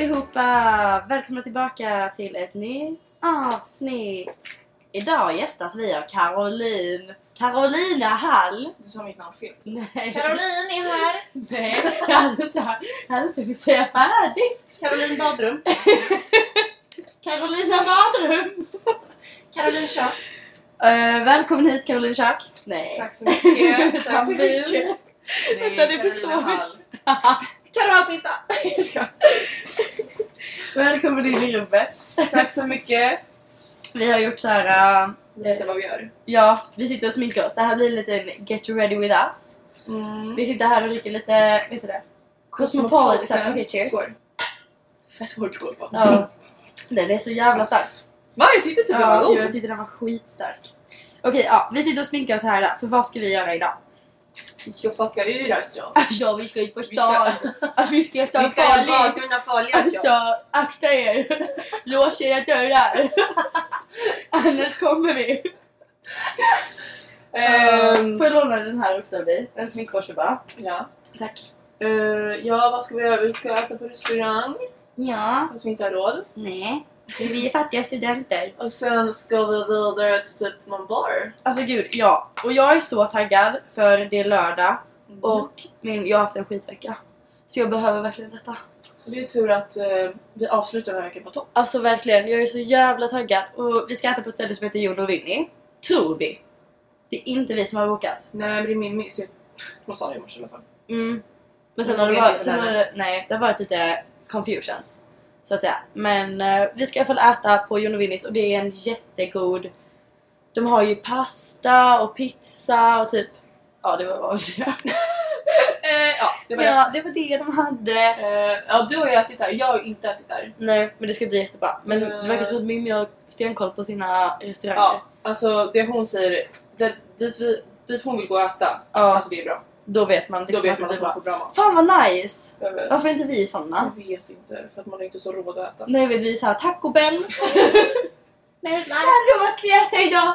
allihopa! Välkomna tillbaka till ett nytt avsnitt. Idag gästas vi av Carolina Hall. Du sa mitt namn fel. Nej. Caroline är här. Nej, jag hade inte hunnit säga färdigt. Caroline Badrum. Carolina Badrum. Caroline Schack. Välkommen hit Caroline Schack. Nej. Tack så mycket. Tack så mycket. Vänta, det är för så mycket. Karo Hallqvista. Välkommen in i rummet. Tack så mycket. Vi har gjort så här. Vet vad vi gör? Ja, vi sitter och sminkar oss. Det här blir lite get ready with us. Vi sitter här och dricker lite, vet du det? Cosmopolitan. Okej, cheers. Skål. Fett hård skål på. Ja. Den är så jävla stark. Va? Jag tyckte typ den var god. Jag tyckte den var skitstark. Okej, ja, vi sitter och sminkar oss här idag. För vad ska vi göra idag? Vi ska fucka ur alltså. Ja, vi ska ut på stan. Vi ska bara kunna följa alltså, akta er. Lås era dörrar. Annars kommer vi. Får jag låna den här också? En sminkborste bara. Ja. Tack. Ja, vad ska vi göra? Vi ska äta på restaurang. Ja. Fast vi inte har råd. Nej. Vi är fattiga studenter. Och sen ska vi vidare till typ någon bar. Alltså gud, ja. Och jag är så taggad för det är lördag. Och jag har haft en skitvecka. Så jag behöver verkligen detta. Och det är ju tur att vi avslutar den här veckan på topp. Alltså verkligen, jag är så jävla taggad. Och vi ska äta på ett ställe som heter Jon och Vinny. Tror vi. Det är inte vi som har bokat. Nej, men det är min miss. Hon sa det i morse i alla fall. Men sen har det varit, nej, det har varit lite confusions. Så att säga. Men vi ska i alla fall äta på Jon och Vinnys. Och det är en jättegod. De har ju pasta och pizza och typ. Ja, det var det. Det var det de hade. Ja, du har ju ätit där. Jag har inte ätit där. Nej, men det ska bli jättebra. Men det verkar som att Mimmi har stenkoll på sina restauranger. Ja, alltså det hon säger, dit hon vill gå och äta. Ja. Alltså det är bra. Då vet man Då vet att man det att blir man får bra. bra mat. Fan vad nice! Varför är inte vi såna? Jag vet inte, för att man är inte så råd att äta. Nej, vi såhär Taco Bell. Nej, Vad ska vi äta idag?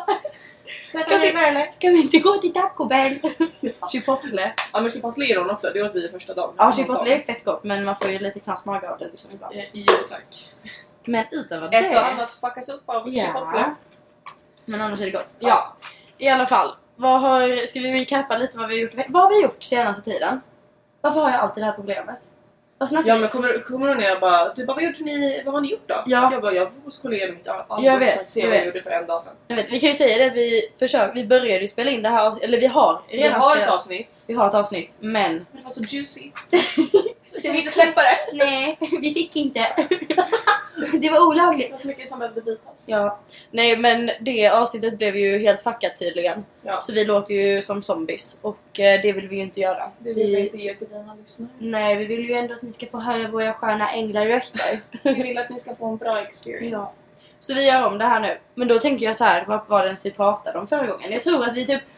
Ska vi inte gå till Taco Bell? Chipotle. Ja, men chipotle är hon också. Det åt vi första dagen. Ja, chipotle är fett gott, men man får ju lite knasmage av det liksom ibland. Jo, tack. Men utöver det... Ett och annat fuckas upp av chipotle. Men annars är det gott. Ja, i alla fall. Ska vi recappa lite vad vi har gjort? Vad har vi gjort senaste tiden? Varför har jag alltid det här problemet? Ja, men kommer du när jag bara, du bara, vad har ni gjort då? Ja. Jag bara, jag måste kolla igenom mitt album Jag vet, för att se vad jag gjorde för en dag sedan. Jag vet, vi kan ju säga det att vi började ju spela in det här, eller vi har redan ett avsnitt. Vi har ett avsnitt, men det var så juicy. Så vi inte släppa det. Nej, vi fick inte. Det var olagligt. Det var så mycket som behövde bitas. Ja. Nej, men det avsnittet blev ju helt fuckat tydligen. Ja. Så vi låter ju som zombies. Och det vill vi ju inte göra. Det vill vi inte ge till dina lyssnare. Nej, vi vill ju ändå att ni ska få höra våra sköna änglarröster. Vi vill att ni ska få en bra experience. Ja. Så vi gör om det här nu. Men då tänker jag så här, vad var det ens vi pratade om förra gången? Jag tror att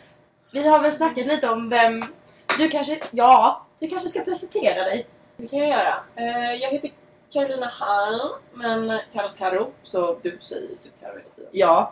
vi har väl snackat lite om vem... Du kanske ska presentera dig. Det kan jag göra. Jag heter Carolina Hall, men kallas Karo, så du säger typ Karo hela tiden. Ja,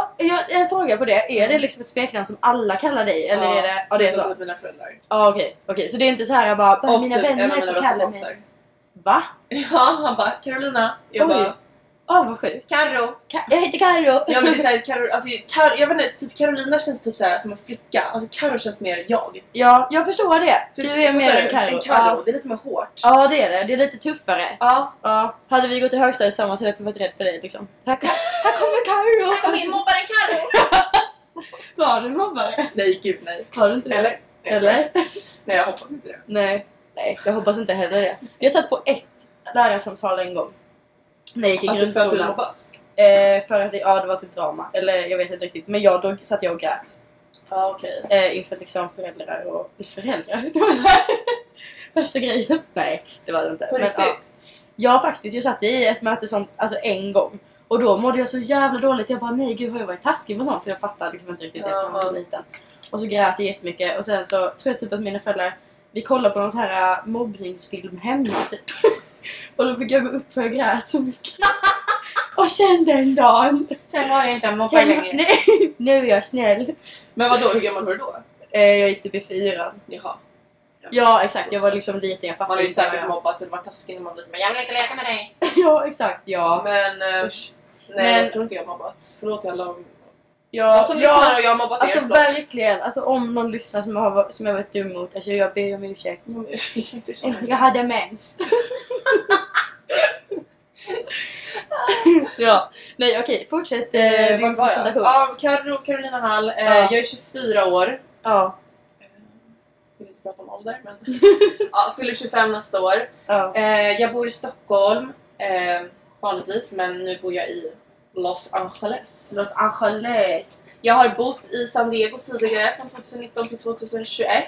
en fråga på det. Är det liksom ett smeknamn som alla kallar dig? Eller är det... Ja, det är så. Mina föräldrar. Ja, okej. Så det är inte så här bara och mina typ vänner även får mina kalla bästa mig. Va? Ja, han bara, Carolina. Jag bara, vad sjukt. Karo. Jag heter Karo. Ja, men det är såhär, jag vet inte, typ Carolina känns typ såhär som en flicka. Alltså Karo känns mer jag. Ja, jag förstår det. Du är mer en Karo. Ja. Det är lite mer hårt. Ja, det är det. Det är lite tuffare. Ja. Hade vi gått i högstadiet tillsammans hade jag varit rädd för dig liksom. Här kommer Karo. Här kommer min mobbare Karo. Var du mobbare? Nej, gud nej. Har du inte det? Eller? Nej, jag hoppas inte det. Nej, jag hoppas inte heller det. Jag satt på ett lärarsamtal en gång. När jag gick i grundskolan. För att du mobbas? För att det var typ drama. Eller jag vet inte riktigt. Men då satt jag och grät. Ja, okej. Inför liksom föräldrar och... Föräldrar? Det var så här. Värsta grejen. Nej, det var det inte. På riktigt? Ja, faktiskt. Jag satt i ett möte som, alltså en gång. Och då mådde jag så jävla dåligt. Jag bara, nej gud, har jag varit taskig med sånt? För jag fattade liksom inte riktigt det, för jag var så liten. Och så grät jag jättemycket. Och sen så tror jag typ att mina föräldrar... Vi kollade på någon så här mobbningsfilm hemma typ. Och då fick jag gå upp för jag grät så mycket. Och sen den dagen. Sen var jag inte mobbare längre. Nej, nu är jag snäll. Men vadå, hur gammal var du då? Jag gick typ i 4. Jaha. Ja, exakt. Jag var liksom liten, jag fattade Man har ju inte säkert mobbat eller varit taskig när man var liten. Men jag vill inte leka med dig! Ja, exakt. Ja. Men, nej, Men- jag tror inte jag har mobbats. Förlåt till alla de Ja, som lyssnar och jag har mobbat alltså er, förlåt. verkligen. Alltså om någon lyssnar som jag varit dum mot, alltså jag ber om ursäkt. Jag är inte så Jag hade mens. Ja, nej okej, fortsätt din Vad var jag? presentation. Ja, Carolina Hall. Ja. Jag är 24 år. Ja, Jag vill inte prata om ålder, men ja, fyller 25 nästa år. ja. Jag bor i Stockholm vanligtvis, men nu bor jag i Los Angeles. Los Angeles. Jag har bott i San Diego tidigare, från 2019 till 2021.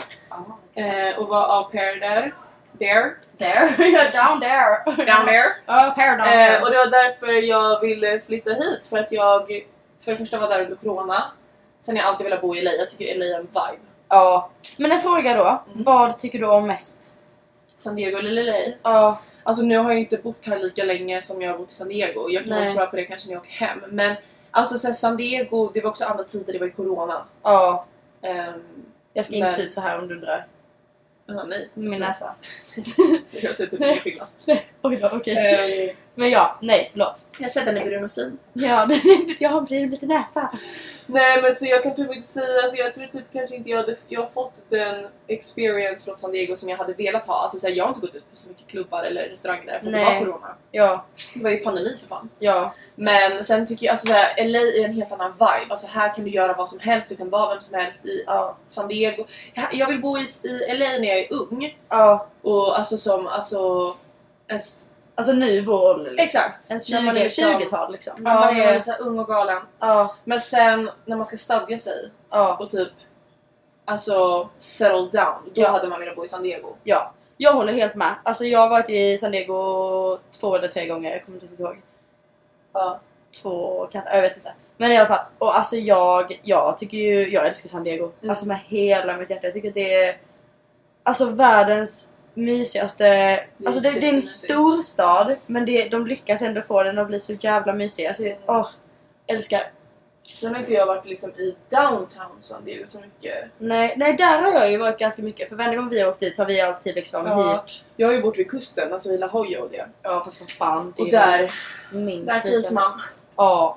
Och var au pair där. There. You're down there. Down there. Au pair down there. Och det var därför jag ville flytta hit. För att jag för det första var där under corona. Sen har jag alltid velat bo i LA. Jag tycker LA är en vibe. Ja. Men en fråga då. Vad tycker du om mest? San Diego eller LA? Ja. Alltså nu har jag inte bott här lika länge som jag har bott i San Diego. Jag kan svara på det kanske när jag åker hem. Men alltså så här, San Diego, det var också andra tider, det var i corona. Ja. Jag ska Men- inte se ut så här om du undrar. Nej. Min näsa. Jag ser typ ingen skillnad. Oj då, okej. Men ja, nej, förlåt. Jag ser den är brun och fin. Ja, jag har blivit lite näsa. Nej men så jag kan typ inte säga, alltså jag tror typ kanske inte jag har fått den experience från San Diego som jag hade velat ha. Alltså så här, jag har inte gått ut på så mycket klubbar eller restauranger där för det var corona. Ja, Det var ju pandemi för fan. ja. Men sen tycker jag, alltså så här, LA är en helt annan vibe. Alltså här kan du göra vad som helst, du kan vara vem som helst i Ja, San Diego. Jag vill bo i LA när jag är ung. ja. Och alltså som, Alltså nu vår ålder liksom. exakt. En När man är 20-tal liksom. Ja, man är lite så här ung och galen. Ja, Men sen när man ska stadga sig ja, och typ alltså settle down, då Ja. hade man velat bo i San Diego. ja. Jag håller helt med. Alltså jag har varit i San Diego 2 eller 3 gånger, jag kommer inte ihåg. Ja. 2 kanske, jag vet inte. Men i alla fall, och alltså jag tycker ju, jag älskar San Diego. Alltså med hela mitt hjärta. Jag tycker att det är alltså världens mysigaste, alltså det är en jättemysigt. stor stad, men de lyckas ändå få den att bli så jävla mysig. Alltså, älskar. Sen har inte jag varit liksom i downtown San Diego så mycket. Nej, där har jag ju varit ganska mycket. För varje gång vi har åkt dit har vi alltid liksom hyrt. Jag har ju bott vid kusten, alltså i La Jolla och det. Ja, fast vad fan. Det är Och ju där minst där trivs lika man. nice. Ja.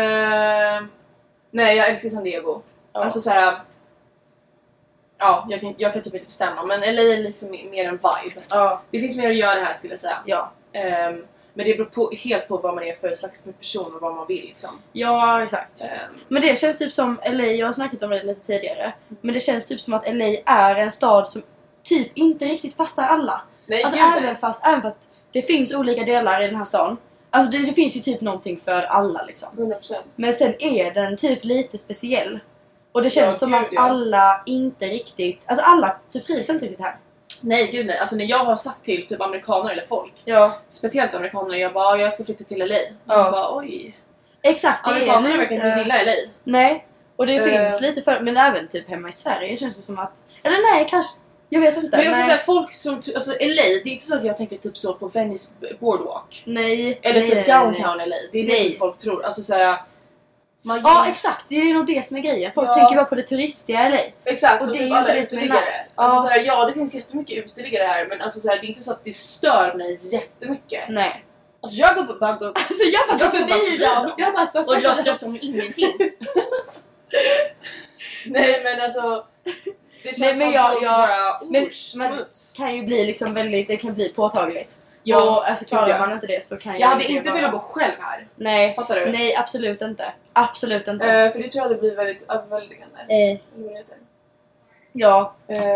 Nej, jag älskar San Diego. Ja. Alltså såhär. Ja, jag kan typ inte bestämma. Men LA är liksom mer en vibe. Ja. Det finns mer att göra här skulle jag säga. Ja. Men det beror helt på vad man är för slags person och vad man vill liksom. Ja, exakt. Ehm, Men det känns typ som LA, jag har snackat om det lite tidigare. Men det känns typ som att LA är en stad som typ inte riktigt passar alla. Nej, Alltså gud, även fast det finns olika delar i den här stan. Alltså det finns ju typ någonting för alla liksom. 100%. Men sen är den typ lite speciell. Och det känns Ja, som gud, att ja. alla inte riktigt, alltså alla typ trivs inte riktigt här. Nej, gud nej. Alltså när jag har sagt till typ amerikaner eller folk, Ja, speciellt amerikaner, jag bara jag ska flytta till LA. Ja. Jag bara oj. exakt. Det Amerikaner är verkar inte gilla LA. Nej, och det finns Eh. lite för, men även typ hemma i Sverige känns det som att, eller nej kanske, jag vet inte. Men det är också Nej. såhär, folk som, alltså LA, det är inte så att jag tänker typ så på Venice Boardwalk. Nej. Eller nej, typ nej, downtown nej. LA, det är det Nej. typ folk tror. Alltså såhär... Ja exakt, det är nog det som är grejen. Folk Ja. tänker bara på det turistiga LA. Exakt, Och och det är typ ju inte alla det som är uteliggare. nice. Alltså Ja. såhär, ja det finns jättemycket uteliggare här, men alltså såhär, det är inte så att det stör mig jättemycket. Nej. Alltså jag går bara går Alltså jag går förbi dem. Jag bara står och låtsas som ingenting. Nej men alltså... Det känns Nej, men som jag- folk jag- bara, men- smuts. kan ju bli liksom väldigt, det kan bli påtagligt. Ja, och alltså klarar gud, ja. man inte det så kan ju Jag hade det inte vara- velat bo själv här. Nej, Fattar du? nej absolut inte. Absolut inte. För det tror jag hade blivit väldigt överväldigande. Eller vad det heter. Ja.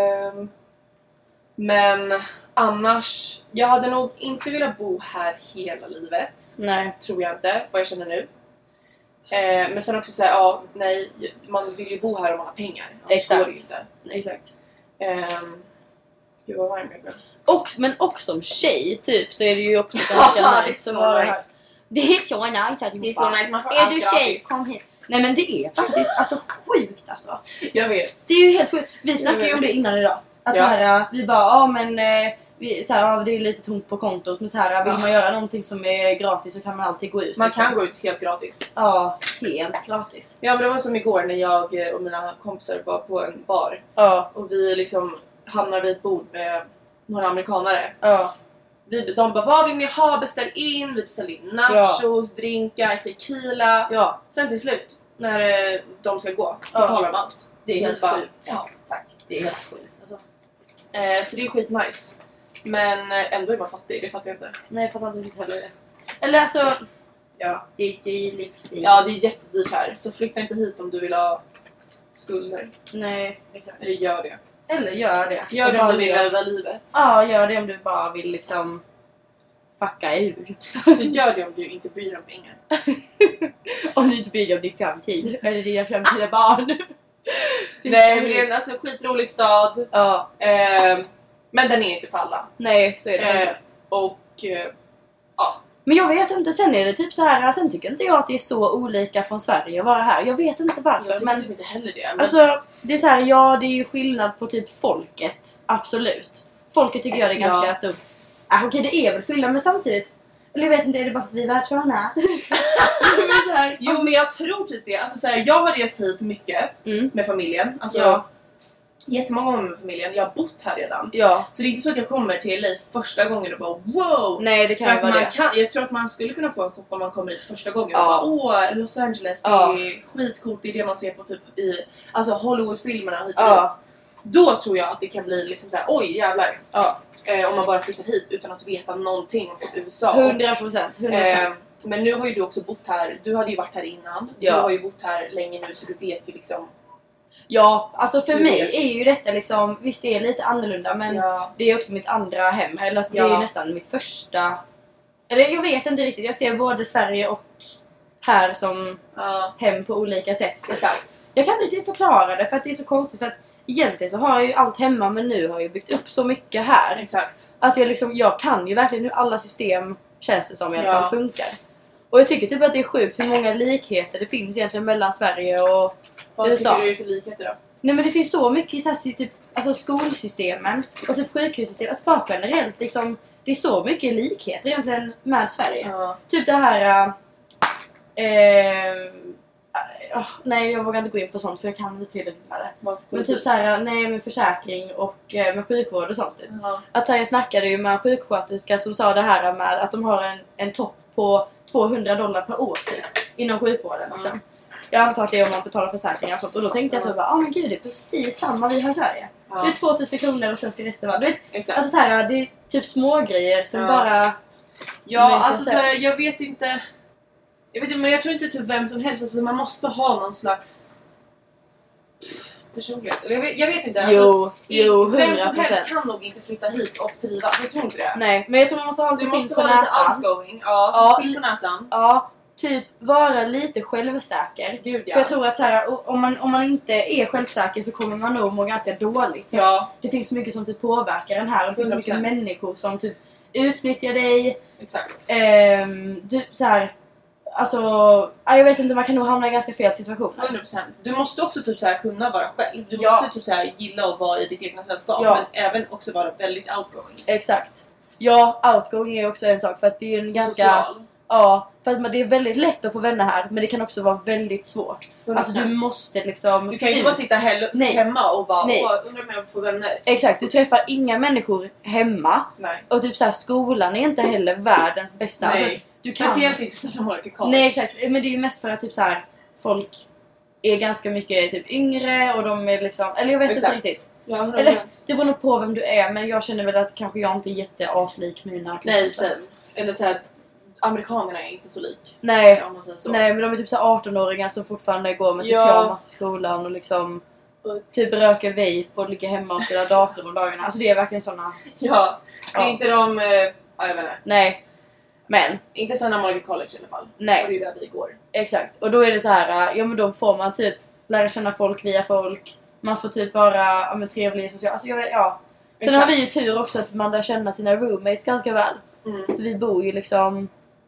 Men annars, jag hade nog inte velat bo här hela livet. Nej. Tror jag inte, vad jag känner nu. Men sen också säga, ja, nej, man vill ju bo här om man har pengar. Annars Exakt. går det ju inte. Exakt. Gud vad varm jag blev. Och som tjej typ så är det ju också ganska Ja, det är nice så att vara här. nice. Det är så nice att Det är så nice, man får Är allt du gratis. tjej? Kom hit. Nej men det är faktiskt alltså sjukt alltså. Jag vet. Det är ju helt sjukt. Vi snackade ju om det innan idag. Att Ja. så här, vi bara, ja men så här, det är lite tomt på kontot. Men så här, vill Ja. man göra någonting som är gratis så kan man alltid gå ut. Man liksom. kan gå ut helt gratis. Ja, helt gratis. Ja men det var som igår när jag och mina kompisar var på en bar. Ja. Och vi liksom hamnar vid ett bord med några amerikanare. Ja. De bara, vad vill ni ha? Beställ in. Vi beställer in nachos, drinkar, tequila. Ja. Sen till slut, när de ska gå, betalar de allt. Det är så helt bara, sjukt. ja, tack. Det är helt sjukt. Alltså. Så det är skitnice. Men ändå är man fattig, det fattar jag inte. Nej, jag fattar inte heller det. Eller alltså, ja, det är dyr livsstil. Ja, det är jättedyrt här. Så flytta inte hit om du vill ha skulder. Nej, exakt. Eller gör det. Eller gör det. Gör det om du vill öva livet. Ja, gör det om du bara vill liksom fucka ur. Så gör det om du inte bryr dig om pengar. Om du inte bryr dig om din framtid. Eller dina framtida barn. Nej, men det är en alltså, skitrolig stad. Ja. Men den är inte för alla. Nej, så är det faktiskt. Och ja. Men jag vet inte, sen är det typ så här. Sen tycker inte jag att det är så olika från Sverige att vara här. Jag vet inte varför. Jag tycker men typ inte heller det. Men... Alltså, det är så här, ja, det är ju skillnad på typ folket. Absolut. Folket tycker jag det är ganska stort. Okej, det är väl skillnad, men samtidigt. Eller jag vet inte, är det bara för att vi är världsvana? Jo, men jag tror typ det. Alltså, så här, jag har rest hit mycket med familjen. Alltså, jättemånga gånger med familjen. Jag har bott här redan. Ja. Så det är inte så att jag kommer till LA första gången och bara wow! Nej, det kan ju vara det. Jag tror att man skulle kunna få en chock om man kommer hit första gången och bara åh, Los Angeles, det är skitcoolt, det är det man ser på typ i alltså Hollywood-filmerna hit och dit. Då tror jag att det kan bli liksom såhär, oj jävlar. Om man bara flyttar hit utan att veta någonting om USA. 100%. Men nu har ju du också bott här. Du hade ju varit här innan. Du har ju bott här länge nu, så du vet ju liksom. Ja, alltså för mig är ju detta liksom, visst det är lite annorlunda, men det är också mitt andra hem. Eller alltså, det är ju nästan mitt första. Eller jag vet inte riktigt, jag ser både Sverige och här som hem på olika sätt. Exakt. Jag kan inte riktigt förklara det för att det är så konstigt, för att egentligen så har jag ju allt hemma, men nu har jag byggt upp så mycket här. Exakt. Att jag kan ju verkligen hur alla system känns det som i alla fall funkar. Och jag tycker typ att det är sjukt hur många likheter det finns egentligen mellan Sverige och Vad USA. tycker du är för likheter då? Nej, men det finns så mycket i så här, typ, alltså skolsystemen och typ sjukhussystemen. Alltså bara generellt liksom, det är så mycket likheter egentligen med Sverige. Typ det här nej, jag vågar inte gå in på sånt för jag kan inte tillräckligt med det. Men typ så här, nej, med försäkring och med sjukvård och sånt typ. Att jag snackade ju med en sjuksköterska som sa det här med att de har en topp på $200 per år typ, inom sjukvården liksom. Jag antar att det är om man betalar försäkringar och sånt. Och då tänkte jag så bara, men gud, det är precis samma vi har i Sverige. Det är 2000 kronor och sen ska resten vara. Du vet, alltså så här, det är typ små grejer som bara. Ja, alltså så här, jag vet inte, men jag tror inte typ vem som helst, alltså man måste ha någon slags personlighet. Eller jag vet inte. Alltså, jo, 100%. Vem som helst kan nog inte flytta hit och trivas. Jag tror inte det. Nej, men jag tror man måste ha lite du måste på vara näsan. lite outgoing. Ja, skinn på näsan. Ja, typ vara lite självsäker. Gud, ja. För jag tror att så här, om man inte är självsäker så kommer man nog må ganska dåligt. Det finns så mycket som typ påverkar den här. Och det finns så mycket människor som typ utnyttjar dig. Exakt. Du, så här, alltså, jag vet inte, man kan nog hamna i ganska fel situationer. 100%. Du måste också typ så här kunna vara själv. Du måste typ så här gilla att vara i ditt egna sällskap, men även också vara väldigt outgoing. Exakt. Ja, outgoing är också en sak, för att det är en ganska social. Ja, för att det är väldigt lätt att få vänner här, men det kan också vara väldigt svårt. 100%. Alltså du måste liksom. Du kan ju inte bara sitta hemma och bara undrar om jag får vänner. Exakt, du träffar inga människor hemma. Nej. Och typ så här, skolan är inte heller världens bästa. Nej. Alltså, speciellt inte Santa Monica College. Nej, exakt, men det är ju mest för att typ så här, folk är ganska mycket typ yngre och de är liksom, eller jag vet inte riktigt. Ja, eller det beror nog på vem du är, men jag känner väl att kanske jag inte är jätteaslik mina. Nej, sen. Eller så här, amerikanerna är inte så lik. Nej, om man säger så. Nej, men de är typ så 18-åringar som fortfarande går med typ pyjamas i skolan och liksom typ röker vape och ligger hemma och spelar dator om dagarna. Alltså det är verkligen såna. Ja, det är inte de, jag vet inte. Nej, men inte Santa Monica College i alla fall. Nej. Och det är där vi går. Exakt, och då är det så här, ja men då får man typ lära känna folk via folk. Man får typ vara trevlig social. Alltså Sen har vi ju tur också att man lär känna sina roommates ganska väl. Så vi bor ju liksom.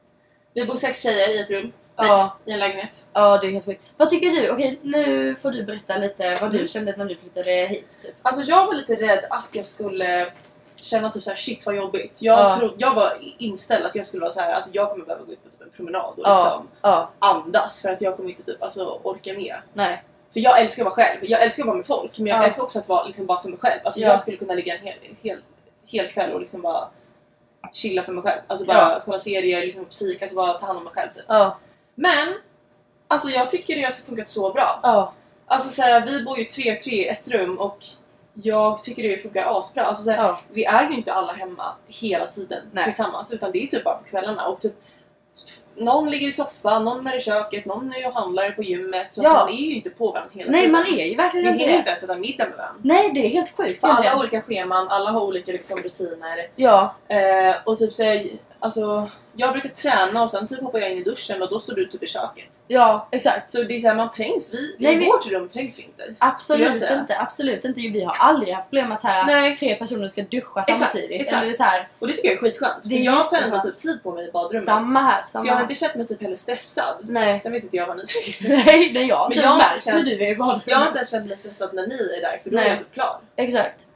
Vi bor 6 tjejer i ett rum. I en lägenhet. Ja, det är helt sjukt. Vad tycker du? Okej, nu får du berätta lite vad du kände när du flyttade hit typ. Alltså jag var lite rädd att jag skulle känna typ såhär, shit vad jobbigt. Jag var inställd att jag skulle vara så här, alltså jag kommer behöva gå ut på typ en promenad och liksom andas, för att jag kommer inte typ orka med. Nej. För jag älskar att vara själv. Jag älskar att vara med folk. Men jag älskar också att vara liksom bara för mig själv. Alltså jag skulle kunna ligga en hel kväll och liksom bara chilla för mig själv. Alltså bara kolla serier, liksom psyk, alltså bara ta hand om mig själv typ. Men alltså jag tycker det har funkat så bra. Alltså såhär, vi bor ju 3 i ett rum och jag tycker det funkar asbra. Alltså såhär, vi är ju inte alla hemma hela tiden tillsammans, utan det är typ bara på kvällarna och typ någon ligger i soffan, någon är i köket, någon är och handlar på gymmet. Så man är ju inte på varandra hela tiden. Nej, man är ju verkligen inte. Vi hinner inte ens äta middag med varandra. Nej, det är helt sjukt. För alla har olika scheman, alla har olika liksom rutiner. Och typ såhär, alltså jag brukar träna och sen typ hoppar jag in i duschen och då står du typ i köket. Ja, exakt. Så det är såhär, man trängs. I vårt rum trängs vi inte. Absolut inte. Vi har aldrig haft problem att såhär, 3 personer ska duscha samtidigt. Exakt. Eller såhär, och det tycker jag är skitskönt. För jag tar ändå typ tid på mig i badrummet. Samma här. Så jag har inte känt mig typ heller stressad. Nej. Sen vet inte jag vad ni tycker. Nej, jag har inte ens känt mig stressad när ni är där. För då är jag typ klar. Exakt.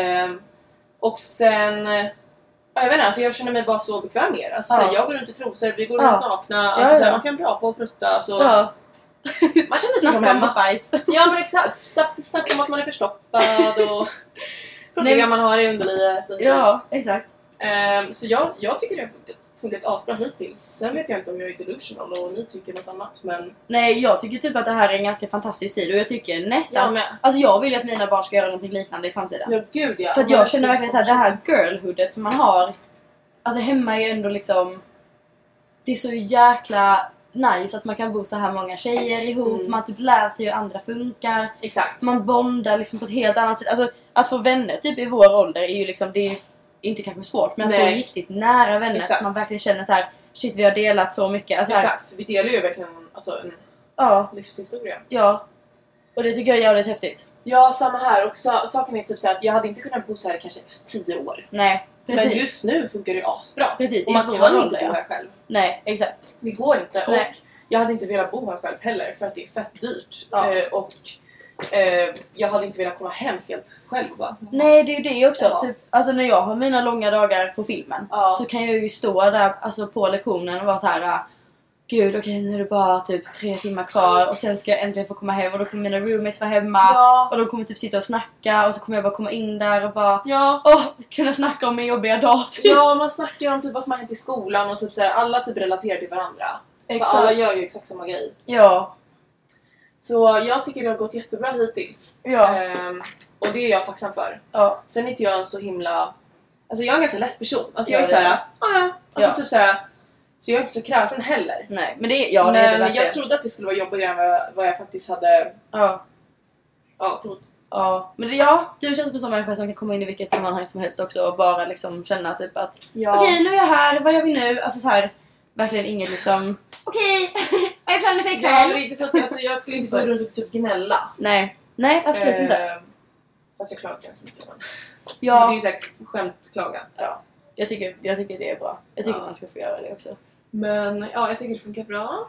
Och sen... jag vet inte, alltså jag känner mig bara så bekväm mer. Alltså, såhär, jag går runt i trosor, vi går runt nakna. Alltså, såhär, man kan bra på och prutta. Så. Man känner sig som hemma. Ja, men exakt. Snacka om att man är förstoppad och problem man har i underlivet. Ja, exakt. Så jag tycker det har funkat asbra hittills. Sen vet jag inte om jag är delusional och ni tycker något annat. Men... Nej, jag tycker typ att det här är en ganska fantastisk tid. Och jag tycker nästan... Alltså jag vill att mina barn ska göra något liknande i framtiden. Ja, gud ja. För att jag känner verkligen såhär, det här girlhoodet som man har. Alltså hemma är ju ändå liksom... Det är så jäkla nice att man kan bo så här många tjejer ihop. Man typ lär sig hur andra funkar. Exakt. Man bondar liksom på ett helt annat sätt. Alltså att få vänner typ i vår ålder är ju liksom... Det är inte kanske svårt, men att få riktigt nära vänner. Exakt. Så man verkligen känner så här: shit, vi har delat så mycket. Alltså, exakt, vi delar ju verkligen alltså, en livshistoria. Ja, och det tycker jag är jävligt häftigt. Ja, samma här. Och saken är typ så att jag hade inte kunnat bo så här kanske efter 10 år. Nej, precis. Men just nu funkar det ju asbra. Precis, och man kan inte bo här själv. Nej, exakt. Det går inte. Och jag hade inte velat bo här själv heller, för att det är fett dyrt. Och jag hade inte velat komma hem helt själv bara. Nej, det är ju det också. Typ, alltså när jag har mina långa dagar på filmen så kan jag ju stå där alltså, på lektionen och vara så här: gud, okej, nu är det bara typ 3 timmar kvar och sen ska jag äntligen få komma hem och då kommer mina roommates vara hemma och de kommer typ sitta och snacka och så kommer jag bara komma in där och bara kunna snacka om min jobbiga dag typ. Ja, man snackar om typ vad som har hänt i skolan och typ så här, alla typ relaterar till varandra. Exakt. För alla gör ju exakt samma grej. Ja. Så jag tycker det har gått jättebra hittills. Och det är jag tacksam för. Sen är inte jag en så himla... Alltså jag är en ganska lätt person. Alltså jag är såhär... Alltså typ såhär... Så jag är inte så kräsen heller. Nej, men det är men jag trodde att det skulle vara jobbigare än vad jag faktiskt hade... trott. Ja, men du känns som en människa som kan komma in i vilket sammanhang som helst också och bara liksom känna typ att okej, nu är jag här, vad gör vi nu? Alltså så här, verkligen inget liksom okej, vad är planen för ikväll? Ja, men inte så att jag skulle inte börja runt och typ gnälla. Nej, absolut inte. Fast jag klagar ganska mycket. Men det Ja. är ju såhär skämtklaga. Ja, jag tycker det är bra. Jag tycker man ska få göra det också. Men jag tycker det funkar bra.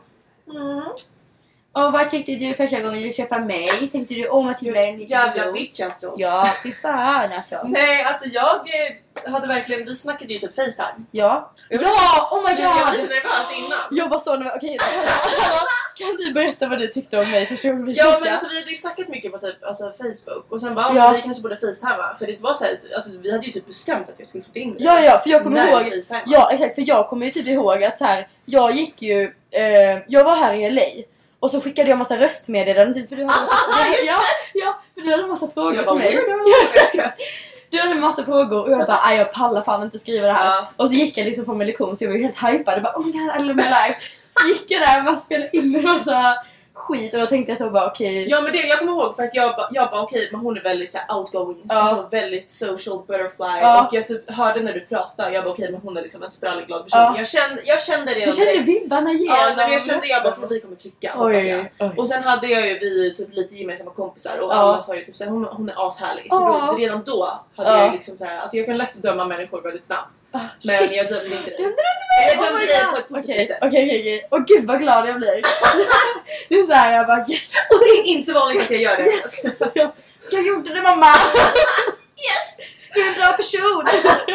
Och vad tänkte du första gången du köpte mig? Tänkte du Matilda är en jävla bitch alltså. Ja, fy fan alltså. Nej, alltså jag hade verkligen, vi snackade ju typ FaceTime. Ja, oh my god. Jag var lite nervös innan. Jag var så nervös. Okej, kan du berätta vad du tyckte om mig första gången vi snackade? Ja, men alltså vi hade ju snackat mycket på typ alltså, Facebook. Och sen bara, vi kanske borde FaceTime. För det var så här, alltså vi hade ju typ bestämt att jag skulle få in det. Ja, för jag kommer ihåg. Ja, exakt, för jag kommer ju typ ihåg att så här, jag gick ju, jag var här i LA. Och så skickade jag massa röstmeddelanden för du hade för du hade en massa frågor till mig. Du hade en massa frågor och jag bara, jag pallar fan inte skriva det här. Och så gick jag liksom på min lektion så jag var ju helt hypad. Jag bara, oh my god, I love my life. Så gick jag där och bara spelade in en massa skit och då tänkte jag så bara okej. Ja, men det jag kommer ihåg för att jag bara okej, men hon är väldigt så här, outgoing, alltså väldigt social butterfly och jag typ hörde när du pratade, jag bara okej, men hon är liksom en sprallig glad person. Jag kände redan. Du kände vibbarna igenom. Ja, men jag kände att vi kommer klicka. Och sen hade jag ju vi typ lite gemensamma kompisar och alla sa ju typ så här, hon är ashärlig. Så då, redan då hade jag liksom så här, alltså jag kan lätt döma människor väldigt snabbt. Men jag dömde inte dig. Jag dömde dig på ett positivt sätt. Okej. Och gud vad glad jag blir. Det är så här, jag bara yes. Och det är inte vanligt att jag gör det. Yes. Jag gjorde det, mamma. Yes. Du är en bra person.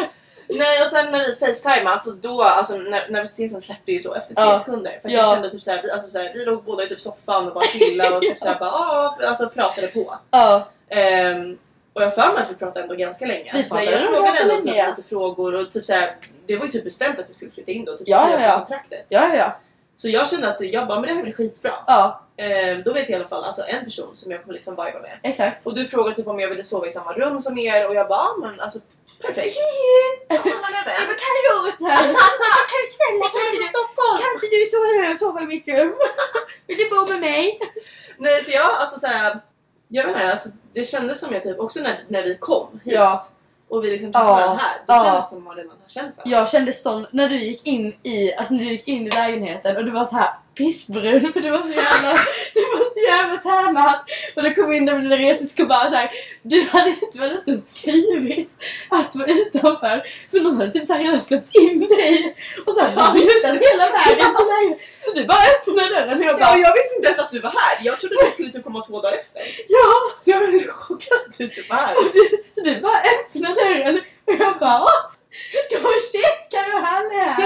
Nej, och sen när vi facetimade, alltså då, alltså nervositeten släppte ju så efter 3 sekunder. För jag kände typ såhär, vi låg båda i typ soffan och bara chillade och typ såhär alltså pratade på. Och jag för mig att vi pratade ändå ganska länge. Alltså, jag frågade ändå typ lite frågor och typ såhär, det var ju typ bestämt att vi skulle flytta in då, typ skriva kontraktet. Så jag kände att jag bara, men det här blir skitbra. Då vet jag i alla fall alltså en person som jag kommer liksom viba med. Exakt. Och du frågade typ om jag ville sova i samma rum som er och jag bara, men alltså perfekt. Men Carota! Kan du snälla, kan inte du sova i mitt rum? Vill du bo med mig? Nej, så jag, alltså såhär, jag vet inte, alltså, det kändes som jag typ också när vi kom hit och vi liksom träffade den här, då kändes det som att man redan har känt varandra. Jag kände sån när du gick in i lägenheten och du var så här pissbrun för du var så jävla tärnad och då kom in och blev resisk och bara så här, du hade inte skrivit att du var utanför för någon hade typ så här redan släppt in dig och så hade du busat hela vägen till lägenheten så du bara öppnade dörren och jag bara jag visste inte ens att du var här, jag trodde du skulle typ komma 2 dagar efter. Så jag blev chockad att du typ var här. Så du bara öppnade dörren och jag bara shit, kan du ha det här?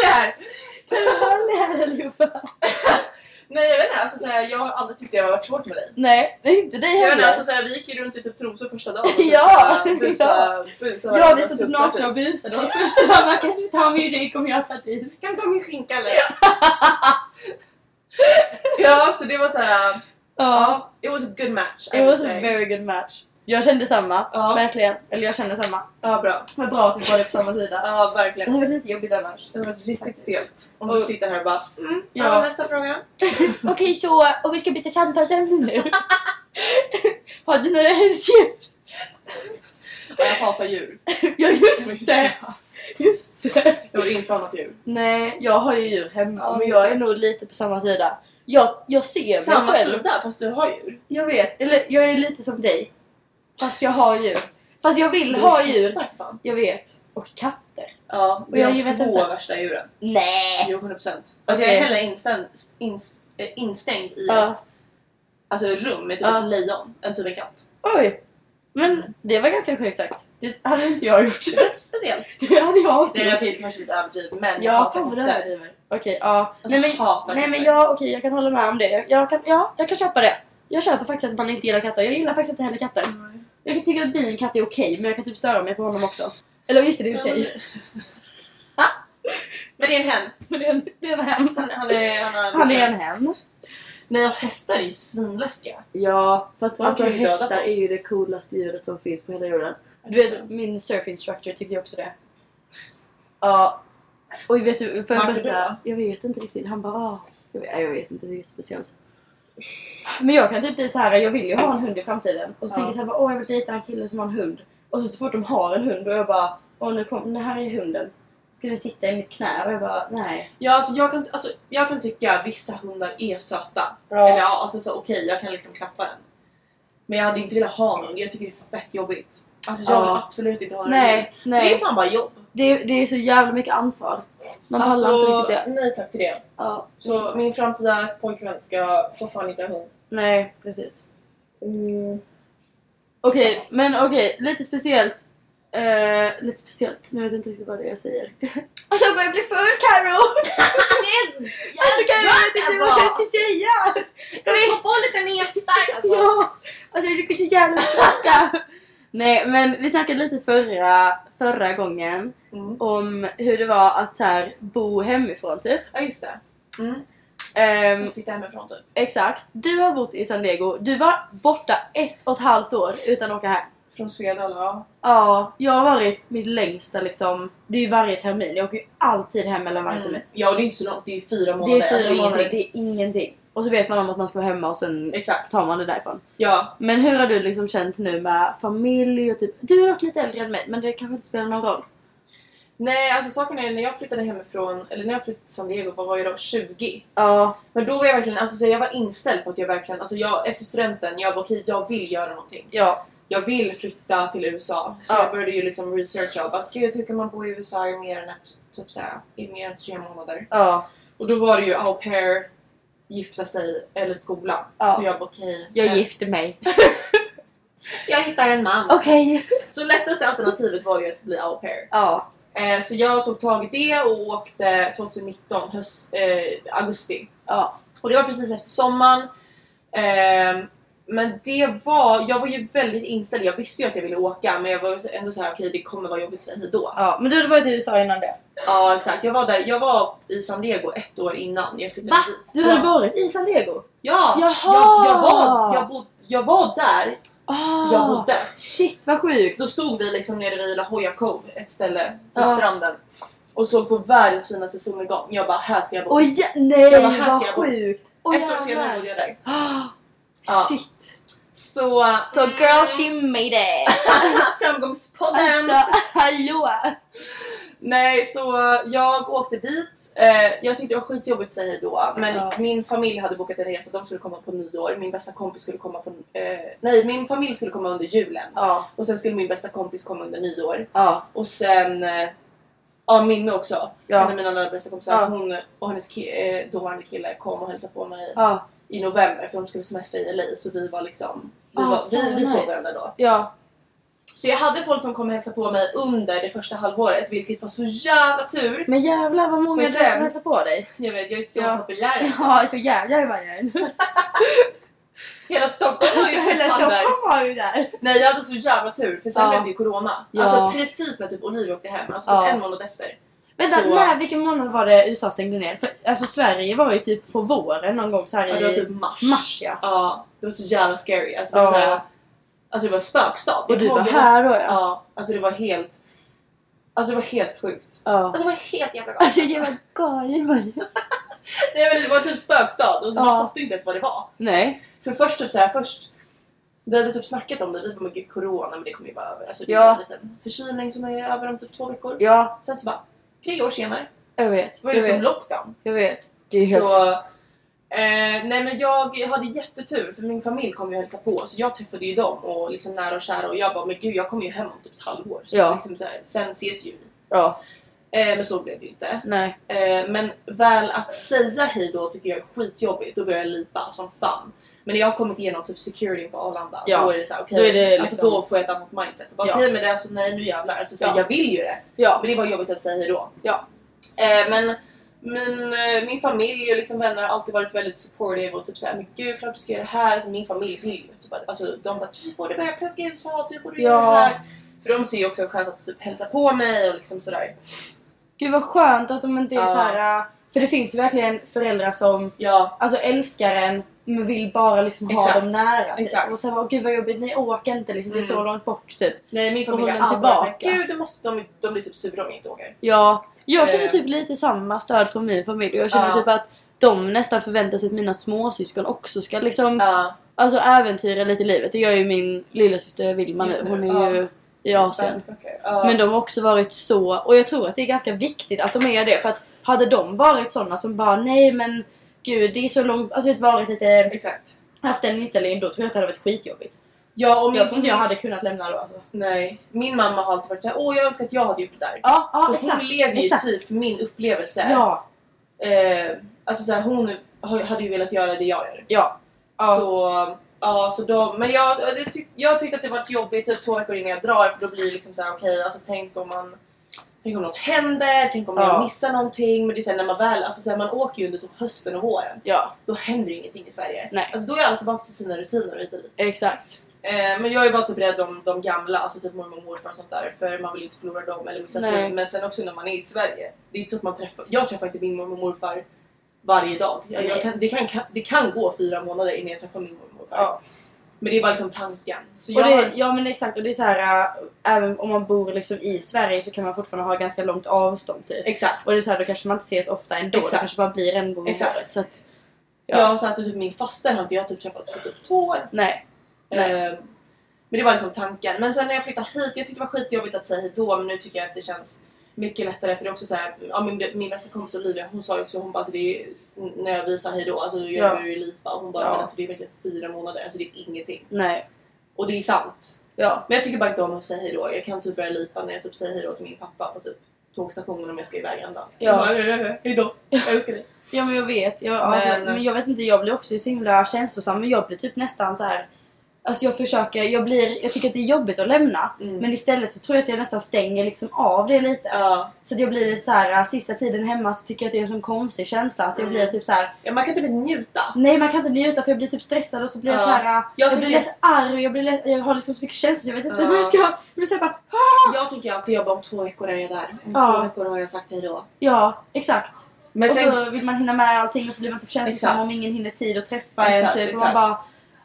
Allihopa? Nej, jag vet inte, alltså såhär, jag har aldrig tyckt det har varit svårt med dig. Nej, inte dig heller. Jag vet inte, alltså såhär, vi gick ju runt i typ trosor första dagen och busa. Ja, vi stod typ nakna och busade och första dagen, kan du ta min rygg om jag tar dit? Kan du ta min skinka eller? Ja, så det var såhär, it was a good match. It was a very good match. Jag kände samma, verkligen. Eller jag kände samma. Ja, bra. Det var bra att vi var på samma sida. Ja, verkligen. Det var lite jobbigt annars. Det var riktigt stelt. Om du sitter här och bara, nästa fråga. Okej, så, och vi ska byta samtalsämne nu. Har du några husdjur? Ja, jag hatar djur. Ja, just det. Jag vill inte ha något djur. Nej, jag har ju djur hemma, men jag är nog lite på samma sida. Jag ser mig samma själv. Sida, fast du har djur. Jag vet, eller jag är lite som dig. Fast jag har djur. Fast jag vill ha djur. Fan. Jag vet. Och katter. Ja, och jag har 2 värsta djuren. Nej. Jo, 100%. Alltså jag är hellre instängd i ett rum med typ ett lejon än typ en katt. Oj. Men det var ganska sjukt sagt. Det hade inte jag gjort. Det är rätt speciellt. Det hade jag gjort. Nej, okej, kanske lite överdrivet, men jag hatar katter. Okej, ja. Alltså, jag kan hålla med om det. Jag kan köpa det. Jag köper faktiskt att man inte gillar katter. Jag gillar faktiskt inte heller katter. Jag kan tycka att bin katt är okej, men jag kan typ störa mig på honom också. Eller just det är en tjej. Men det är en hen. Det är en hen. Han är en hen. Nej, och hästar är ju svinläskiga. Ja, fast alltså hästar är ju det coolaste djuret som finns på hela jorden. Du vet, min surf instructor tyckte ju också det. Ja. Och vet du, varför då? Jag vet inte riktigt. Han bara, jag vet inte, det är speciellt. Men jag kan typ bli så här, jag vill ju ha en hund i framtiden. Och så tänker jag så här, jag vill dejta en kille som har en hund. Och så fort de har en hund och jag bara, det här är hunden. Ska den sitta i mitt knä? Och jag bara, nej. Ja, alltså jag kan tycka att vissa hundar är söta. Eller alltså så okej, jag kan liksom klappa den. Men jag hade inte velat ha någon. Jag tycker det är fett jobbigt. Alltså jag vill absolut inte ha någon. Nej. Det är fan bara jobb. Det är så jävla mycket ansvar. Man pallar inte riktigt det. Nej tack för det. Ja. Så min framtida pojkvän ska få fan inte ha hund. Nej, precis. Okej, lite speciellt. Nu vet jag inte riktigt vad det är jag säger. Jag börjar bli full, Karo! Jag vet inte vad jag ska säga! Jag vill få på lite netstark alltså. Ja, alltså jag är så jävla snacka. Nej, men vi snackade lite förra gången om hur det var att så här, bo hemifrån typ. Ja, just det. Flytta hemifrån typ. Exakt. Du har bott i San Diego. Du var borta 1,5 år utan att åka hem. Från Svedala. Ja, jag har varit mitt längsta liksom. Det är ju varje termin. Jag åker ju alltid hem mellan varje termin. Ja, det är inte så långt. Det är ju 4 månader. Det är 4 månader, det är ingenting. Och så vet man om att man ska vara hemma och sen tar man det därifrån. Ja. Men hur har du liksom känt nu med familj och typ... Du är dock lite äldre än mig, men det kanske inte spelar någon roll. Nej, alltså saken är när jag flyttade hemifrån, eller när jag flyttade till San Diego, var jag då 20. Ja. Men då var jag verkligen, alltså så jag var inställd på att jag verkligen, alltså efter studenten, jag var okej, jag vill göra någonting. Ja. Jag vill flytta till USA. Så jag började ju liksom researcha och bara, gud, hur kan man bo i USA i mer än typ såhär, i mer än 3 månader? Ja. Och då var det ju au pair, gifta sig eller skola. Ja. Så jag bara okej. Jag gifte mig. Jag hittar en man. Okej. Så lättaste alternativet var ju att bli au pair. Ja. Så jag tog tag i det och åkte 2019 augusti. Ja. Och det var precis efter sommaren. Men jag var ju väldigt inställd. Jag visste ju att jag ville åka, men jag var ändå så här: okej, det kommer vara jobbigt att säga hejdå. Ja, men du var i USA innan det. Ja, exakt. Jag var i San Diego 1 år innan jag flyttade dit. Du hade varit i San Diego? Ja. Jaha. Jag var där. Jag bodde. Shit, vad sjukt. Då stod vi liksom nere vid La Jolla Cove, ett ställe på stranden. Och såg på världens finaste solnedgång. Jag bara, här ska jag bo. Nej, vad sjukt. 1 år senare bodde jag där. Shit. Så girl, she made it. Framgångspodden. Hallå. Nej, så jag åkte dit. Jag tyckte det var skitjobbigt att säga hej då. Men min familj hade bokat en resa. De skulle komma på nyår. Min bästa kompis skulle komma på... min familj skulle komma under julen. Och sen skulle min bästa kompis komma under nyår. Och sen... Minne också. En av mina allra bästa kompisar. Hon och hennes dåvarande kille kom och hälsade på mig i november. För de skulle semestra i LA. Så vi var liksom... Vi såg varandra då. Ja. Så jag hade folk som kom och hälsade på mig under det första halvåret, vilket var så jävla tur. Men jävlar vad många som hälsade på dig. Jag vet, jag är så populär. Ja, så jävlar i varje. Hela Stockholm var ju där. Nej, jag hade så jävla tur, för sen blev det ju corona. Alltså precis när typ Olivia åkte hem, alltså en månad efter. Vänta, vilken månad var det USA stängde ner? För, alltså Sverige var ju typ på våren någon gång så här det var typ mars. Ja, det var så jävla scary. Alltså det var så här, alltså det var spökstad. Och du var här då, ja. Alltså det var helt... Alltså det var helt sjukt. Alltså det var helt jävla galet. Alltså det var galet. Nej, men det var typ spökstad. Och man fattade inte ens vad det var. Nej. För först typ så här, vi hade typ snackat om det. Vi var mycket corona, men det kommer ju bara över. Alltså det är en liten förkylning som är över om typ 2 veckor. Ja. Sen så bara, 3 år senare. Jag vet. Det var liksom lockdown. Jag vet. Det är helt... Så... nej, men jag hade jättetur, för min familj kom ju och hälsa på. Så jag träffade ju dem och liksom nära och kära. Och jag bara, men gud, jag kommer ju hem om typ ett halvår. Så liksom så här, sen ses ju vi. Ja. Men så blev det ju inte. Nej. Men väl att säga hej då tycker jag är skitjobbigt. Då börjar jag lipa som fan. Men när jag har kommit igenom typ security på Arlanda, då är det så här, okej, liksom... alltså då får jag ett annat mindset. Okej, men det är alltså, nej nu jävlar. Alltså, så jag vill ju det. Men det är bara jobbigt att säga hej då. Men min familj och liksom vänner har alltid varit väldigt supportive och typ såhär, men gud, klart du ska göra det här. Alltså min familj vill ju typ, alltså de bara, du borde börja plugga i USA, du borde göra det här. För de ser ju också en chans att typ hälsa på mig och liksom sådär. Gud vad skönt att de inte är såhär, för det finns ju verkligen föräldrar som alltså älskar en men vill bara liksom ha dem nära typ. Och sen var gud vad jobbigt, ni åker inte liksom, det är så långt bort typ. Nej, min familj är alltid bara såhär, gud du måste, de blir typ sura om jag inte åker. Ja, jag känner typ lite samma stöd från min familj. Jag känner typ att de nästan förväntar sig att mina småsyskon också ska liksom alltså äventyra lite livet. Det gör ju min lillasyster Vilma nu. Hon är ju i Asien. Men de har också varit så, och jag tror att det är ganska viktigt att de är det, för att hade de varit sådana som bara nej men gud, det är så långt, alltså det varit lite haft den inställningen, då tror jag att det hade varit skitjobbigt. Ja, och jag tror inte jag hade kunnat lämna då alltså. Nej, min mamma har alltid varit såhär, åh jag önskar att jag hade gjort det där. Så exakt, hon lever ju typ min upplevelse. Alltså såhär, hon hade ju velat göra det jag gör. Så då, men jag tyckte att det var jobbigt typ 2 veckor innan jag drar, för då blir det liksom såhär, okej, alltså tänk om något händer, tänk om jag missar någonting. Men det är såhär, när man väl, alltså såhär, man åker ju under typ hösten och våren. Då händer ingenting i Sverige. Nej. Alltså då är alla tillbaka till sina rutiner och hit och dit. Exakt. Men jag är bara typ rädd om de gamla, alltså typ mormor och morfar och sånt där, för man vill ju inte förlora dem eller missa tid. Men sen också när man är i Sverige, det är inte så att jag träffar inte min mormor och morfar varje dag. Det kan gå 4 månader innan jag träffar min mormor och morfar. Men det är bara liksom tanken. Så ja men exakt, och det är så här, även om man bor liksom i Sverige så kan man fortfarande ha ganska långt avstånd typ. Exakt. Och det är så här, då kanske man inte ses ofta ändå. Exakt. Det kanske bara blir en gång om året. Så att, så alltså, typ min faster har inte jag typ träffat på typ 2 år. Nej. Men det var liksom tanken. Men sen när jag flyttade hit, jag tyckte det var skitjobbigt att säga hit då, men nu tycker jag att det känns mycket lättare, för det är också så här, min bästa kompis Olivia, hon sa ju också, hon bara, alltså det är, när jag visar hej då, alltså jag börjar ju lipa, och hon bara, men alltså det är verkligen 4 månader, alltså det är ingenting. Nej. Och det är sant. Ja. Men jag tycker bara inte om att säga hej då. Jag kan typ börja lipa när jag typ säger hej då till min pappa på typ tågstationen om jag ska iväg en dag. Hej då, jag älskar dig. Men jag vet, men jag vet inte, jag blir också så himla känslosam, men jag blir typ nästan så här. Alltså jag tycker att det är jobbigt att lämna. Men istället så tror jag att jag nästan stänger liksom av det lite. Så att jag blir lite så här, sista tiden hemma så tycker jag att det är en sån konstig känsla. Att jag blir typ så här. Ja, man kan typ inte njuta. Nej, man kan inte njuta för jag blir typ stressad och så blir jag så här. Jag blir lätt arg, jag har liksom så mycket känslor så jag vet inte hur jag ska. Jag blir så här bara, Jag tycker alltid jobba om 2 veckor är jag där. Om 2 veckor har jag sagt hej då. Ja, exakt. Men och sen, så vill man hinna med allting och så blir man typ känslosam om ingen hinner tid att träffa en typ. Och man bara,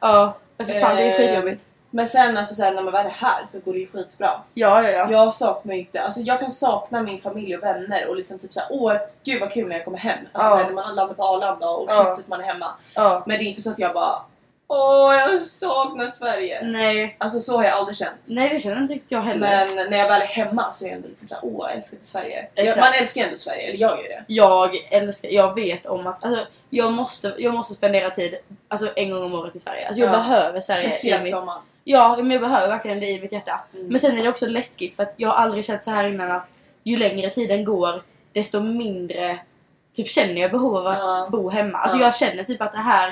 för fan, det är skitjobbigt. Men sen alltså så här, när man väl är här så går det ju skitbra. Ja. Jag saknar ju inte, alltså jag kan sakna min familj och vänner och liksom typ såhär, gud vad kul när jag kommer hem. Alltså såhär, när man landar på Arlanda och shit typ man är hemma. Men det är inte så att jag bara, jag saknar Sverige. Nej. Alltså så har jag aldrig känt. Nej, det känner inte riktigt jag heller. Men när jag väl är hemma så är jag ändå liksom såhär, jag älskar inte Sverige. Man älskar ju ändå Sverige, eller jag gör det. Jag vet om att, alltså jag måste spendera tid, alltså en gång om året i Sverige. Alltså jag behöver Sverige i mitt... Ja, men jag behöver verkligen det i mitt hjärta. Men sen är det också läskigt för att jag har aldrig känt så här innan att ju längre tiden går desto mindre typ känner jag behov av att bo hemma. Alltså jag känner typ att det här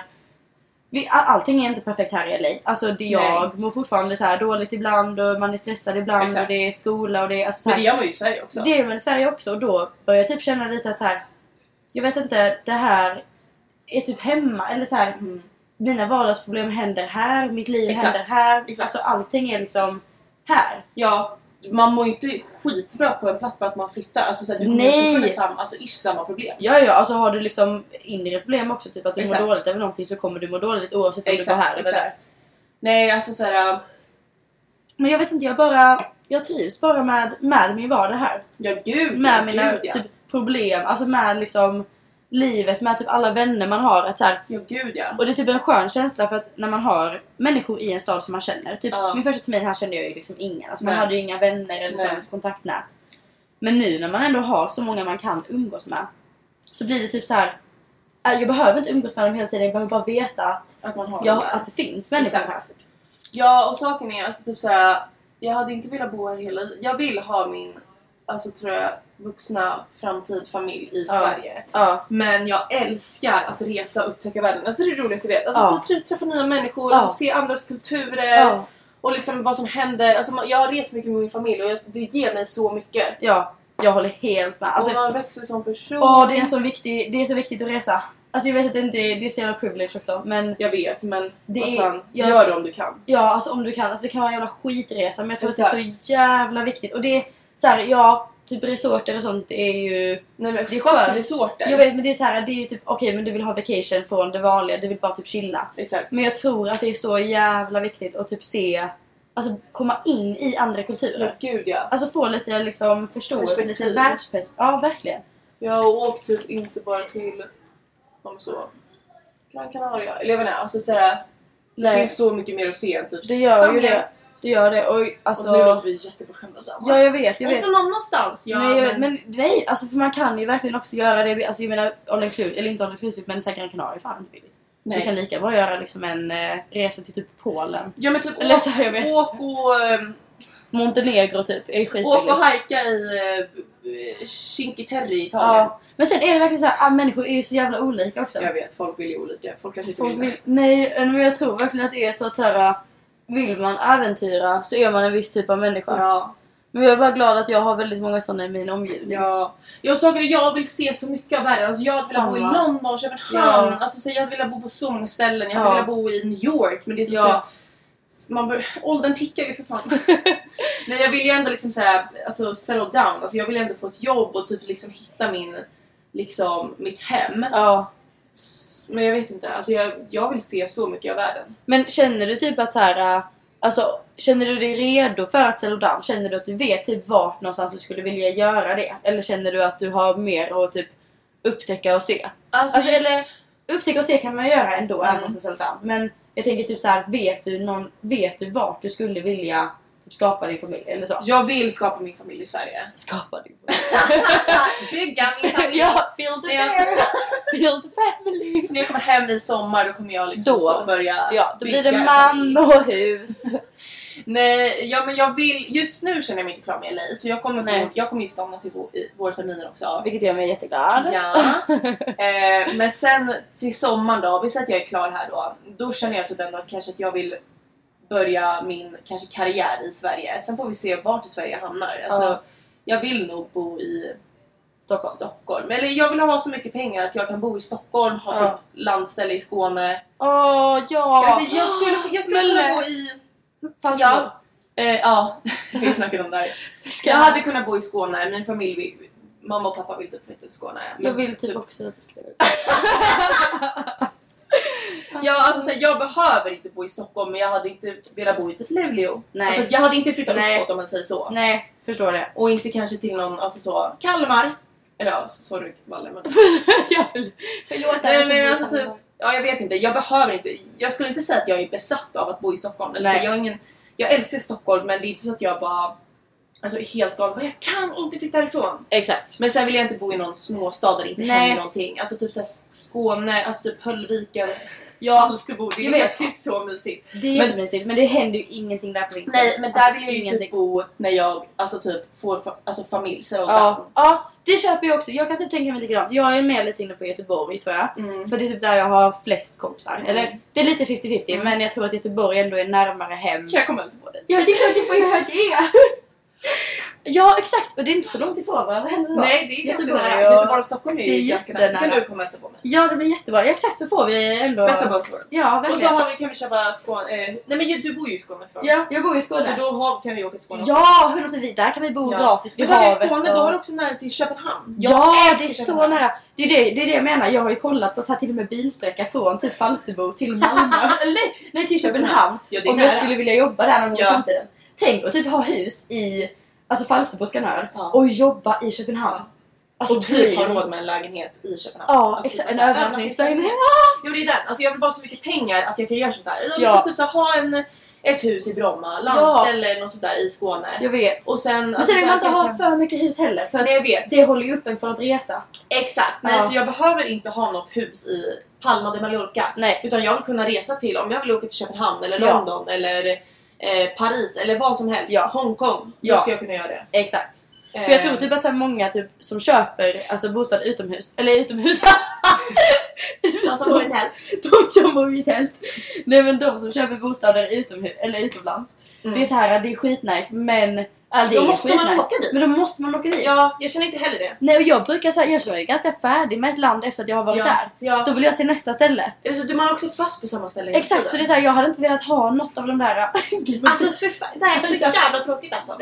allting är inte perfekt här i LA. Alltså jag mår fortfarande så här dåligt ibland och man är stressad ibland och det är skola och det är alltså så här, men det gör man ju i Sverige också. Det gör man i Sverige också och då börjar jag typ känna lite att så här, jag vet inte, det här är typ hemma eller så här. Mina vardagsproblem händer här, mitt liv händer här. Alltså allting är liksom här. Ja, man mår ju inte skitbra på en plats för att man flyttar. Alltså så här, du kommer ju få samma problem. Ja, alltså har du liksom inre problem också, typ att du mår dåligt över någonting så kommer du må dåligt oavsett om du går här eller där. Nej, alltså så här. Men jag vet inte, jag trivs bara med min vardag här. Ja, gud. Med mina typ problem, alltså med liksom livet, med typ alla vänner man har att så här, ja, gud ja. Och det är typ en skön känsla för att när man har människor i en stad som man känner typ, min första termin här kände jag ju liksom ingen, alltså man hade ju inga vänner eller så kontaktnät. Men nu när man ändå har så många man kan umgås med så blir det typ så här. Jag behöver inte umgås med dem hela tiden, jag behöver bara veta att man har att det finns människor här. Ja, och saken är alltså typ så här, jag hade inte velat bo här hela. Jag vill ha min, alltså tror jag, vuxna framtid familj i Sverige. Men jag älskar att resa och upptäcka världen. Alltså det är det roligaste jag vet. Alltså träffa nya människor, alltså, se andras kulturer och liksom vad som händer. Alltså jag har rest mycket med min familj och det ger mig så mycket. Ja, jag håller helt med. Alltså, och man växer som person. Det är så viktigt att resa. Alltså jag vet att det är så jävla privilege också, men jag vet, men gör det om du kan. Ja, alltså om du kan. Alltså det kan vara en jävla skitresa, men jag tror att det är så jävla viktigt. Och det är så här, typ resorter och sånt är ju... Nej, men det är skönt. Resorter. Jag vet, men det är så här, det är ju typ okej, men du vill ha vacation från det vanliga, du vill bara typ chilla. Exakt. Men jag tror att det är så jävla viktigt att typ se, alltså komma in i andra kulturer. Ja, gud ja. Alltså få lite liksom förståelse, lite världsperspektiv. Ja, verkligen. Jag åker typ inte bara till Gran Canaria. Eller jag vet inte, alltså såhär, det finns så mycket mer att se än typ det gör ju det. Det gör det. Och, alltså, och nu låter vi jättebortskämda samma. Ja, jag vet. Och från någonstans. Ja, nej, alltså för man kan ju verkligen också göra det. Alltså jag menar, eller inte all inclusive, men säkert Gran Canaria är fan inte billigt. Nej. Du kan lika bra göra liksom en resa till typ Polen. Ja, men typ eller så här, jag vet. Åk och Montenegro typ är skitbilligt. Åk och hajka i Cinque Terre i Italien. Ja. Men sen är det verkligen så här, människor är ju så jävla olika också. Jag vet, folk vill ju olika. Folk kanske inte vill. Nej, men jag tror verkligen att det är så att så här, vill man äventyra så är man en viss typ av människa. Ja. Men jag är bara glad att jag har väldigt många sådana i min omgivning. Ja. Jag vill se så mycket av världen. Alltså jag vill bo i London, Köpenhamn. Ja. Alltså, så jag vill bo på så många ställen. Jag vill bo i New York. Men det är så åldern tickar ju för fan. Nej, jag vill ju ändå liksom såhär, alltså settle down. Alltså jag vill ändå få ett jobb och typ liksom hitta mitt hem. Ja. Men jag vet inte, alltså jag vill se så mycket av världen. Men känner du typ att så här, alltså känner du dig redo för att settle down? Känner du att du vet typ vart någonstans du skulle vilja göra det? Eller känner du att du har mer att typ upptäcka och se? Alltså eller upptäcka och se kan man göra ändå även om man settle down. Men jag tänker typ så här, vet du vart du skulle vilja typ skapa din familj eller så? Jag vill skapa min familj i Sverige. Skapa din familj. Bygga min familj. Ja, build a family. Så när jag kommer hem i sommar då kommer jag liksom då börja då blir det man och hus. Nej, men jag vill, just nu känner jag mig inte klar med LA. Så jag kommer ju stanna till vårterminen också. Vilket gör mig jätteglad. Ja. Men sen till sommaren då, vi säger att jag är klar här då känner jag typ ändå att kanske att jag vill börja min kanske karriär i Sverige. Sen får vi se vart i Sverige jag hamnar. Alltså, jag vill nog bo i Stockholm. Eller jag vill ha så mycket pengar att jag kan bo i Stockholm, ha typ landställe i Skåne. Ja. Alltså, jag skulle kunna bo i... Ja, vi snackade om det här. Jag hade kunnat bo i Skåne. Min familj, mamma och pappa vill typ flytta till Skåne. Jag vill typ också att du ska göra det. Ja, alltså så jag behöver inte bo i Stockholm, men jag hade inte velat bo i typ Luleå. Nej. Alltså, jag hade inte flyttat uppåt om man säger så. Nej, förstår det. Och inte kanske till någon, alltså så, Kalmar. Eller ja, sorry, Valle, men... Förlåt. Men alltså typ, ja, jag vet inte, jag behöver inte. Jag skulle inte säga att jag är besatt av att bo i Stockholm. Eller så, jag älskar Stockholm, men det är inte så att jag bara... Alltså helt galen, jag kan inte flytta därifrån. Exakt. Men sen vill jag inte bo i någon småstad där det inte händer någonting. Alltså typ såhär Skåne, alltså typ Höllviken. Falsterbo, det är så mysigt. Det är jättemysigt, men det händer ju ingenting där på vintern. Nej, men där vill jag ju typ bo när jag alltså typ får familj. Så ja, det köper jag också. Jag kan typ tänka mig likadant. Jag är mer lite inne på Göteborg, tror jag. För det är typ där jag har flest kompisar. Eller, det är lite 50-50, men jag tror att Göteborg ändå är närmare hem. Kan jag komma hälsa på dig? Ja, det är klart du får göra det. Ja, exakt. Och det är inte så långt ifrån varandra heller då. Nej, det är ganska nära. Göteborg och Stockholm är ju ganska nära. Så kan du komma hälsa på mig. Ja, det blir jättebra. Ja, exakt, så får vi ändå... Bästa båtgården. Ja, verkligen. Och så kan vi köpa Skåne... Nej, men du bor ju i Skåne för. Ja, jag bor i Skåne. Så då kan vi åka till Skåne också. Ja, 100% där kan vi bo gratis vid havet. Men så i Skåne, då har du också nära till Köpenhamn. Ja, det är så nära. Det är det jag menar. Jag har ju kollat på så här till och med bilsträcka från typ Falsterbo till Malmö. Nej, till Köpenhamn. Ja, om jag skulle vilja jobba där någon gång i framtiden. Tänk att typ ha hus i Falsterbo Skanör och jobba i Köpenhamn. Alltså, och typ ha råd med en lägenhet i Köpenhamn. Ja, alltså, exakt. En övernattningslägenhet. Ja, men det är den. Alltså jag vill bara så mycket pengar att jag kan göra sånt där. Jag vill typ så ha ett hus i Bromma, landställe eller något sånt där i Skåne. Jag vet. Och sen, men sen vill man inte ha för mycket hus heller. För jag vet. Det håller ju upp en för att resa. Exakt. Men så jag behöver inte ha något hus i Palma de Mallorca. Nej. Utan jag vill kunna resa till, om jag vill åka till Köpenhamn eller London eller Paris eller vad som helst. Hongkong. Då ska jag kunna göra det. Exakt. För jag tror typ att så många typ, som köper alltså bostad utomhus. Eller utomhus. De som bor i tält. De som bor i tält. Nej, men de som köper bostäder utomhus eller utomlands. Det är så här, det är skitnice, men då måste man åka dit. Men då måste man åka dit. Ja, jag känner inte heller det. Nej, och jag brukar säga, jag är ganska färdig med ett land efter att jag har varit där. Ja. Då vill jag se nästa ställe. Så man är också fast på samma ställe. Exakt, så det är så här, jag hade inte velat ha något av de där. Alltså för fan, det här är så jävla tråkigt alltså.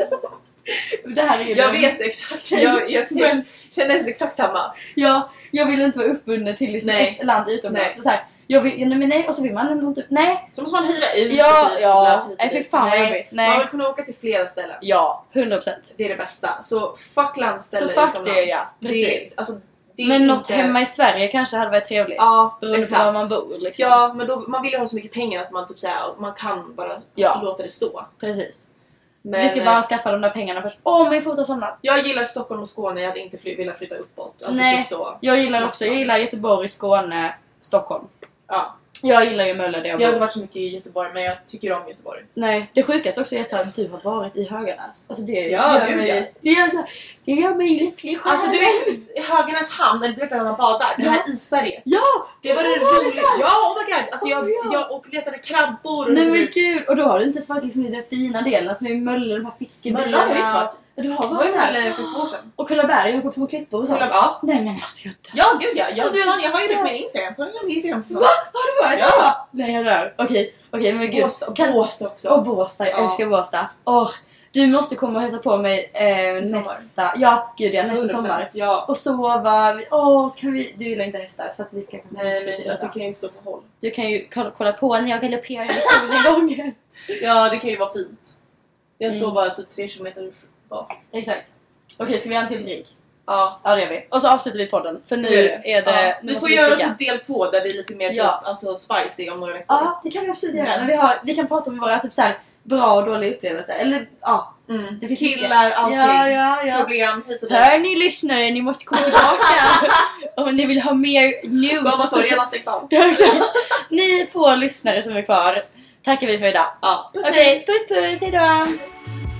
Det här är jag vet exakt. Jag känner exakt samma. Ja, jag vill inte vara uppbunden till liksom ett land utomlands. Så här, jag vill, nej, och så vill man ändå inte. Nej. Så måste man hyra ut. Ja. För fan vad jobbigt. Nej. Man vill kunna åka till flera ställen. Ja, 100%. Det är det bästa. Så fuck landställe utomlands. Så fuck det, ja. Precis. Men något hemma i Sverige kanske hade varit trevligt. Ja, beroende på var man bor liksom. Ja, men då, man vill ju ha så mycket pengar att man typ såhär, man kan bara låta det stå. Precis. Men vi ska bara skaffa de där pengarna först. Min fot har somnat. Jag gillar Stockholm och Skåne. Jag hade inte velat flytta uppåt. Alltså nej, typ så. Jag gillar också. Jag gillar Göteborg, Skåne, Stockholm. Ja. Jag gillar ju Mölle. Jag har inte varit så mycket i Göteborg, men jag tycker om Göteborg. Nej, det sjukaste också är att du har varit i Höganäs. Alltså det gör mig lycklig själv. Alltså du vet, Höganäs hamn, eller du vet när man badar, det här isberget. Ja! Det var det roliga. Ja, oh my god. Alltså jag och letade krabbor. Och nej men gud. Och då har du inte varit liksom i den fina delen som är Mölle, de här fiskebyarna. Mölle har jag visst varit. Du har varit där för 2 år sedan. Och Kullaberg, jag på små klippor och sånt. Ja. Nej men alltså jag dör. Ja gud ja. Jag har ju det på min Instagram. Kolla min Instagram. Va? Har du varit? Ja. Nej jag dör. Okej men gud. Båstad också. Och Båstad, jag älskar Båstad. Du måste komma och hälsa på mig nästa. Ja, gud ja, nästa sommar. Ja. Och sova. Så kan vi. Du gillar inte hästar så att vi ska komma. Nej, men alltså kan ju stå på håll. Du kan ju kolla på när jag galopperar i solen gången. Ja, det kan ju vara fint. Jag står bara typ 3 kilometer bak. Exakt. Okej, ska vi göra en till rik? Ja, det gör vi. Och så avslutar vi podden. För nu är det... Vi får göra typ del 2 där vi är lite mer typ, alltså spicy om några veckor. Ja, det kan vi absolut göra. När vi kan prata om våra typ så här bra och dåliga upplevelser. Eller det finns killar, allting. Ja. Problem hit och dit. Hör ni lyssnare, ni måste komma tillbaka. Om ni vill ha mer news. Mamma så redan stängt av. Ni får lyssnare som är kvar. Tackar vi för idag. Ja, puss, puss, hejdå.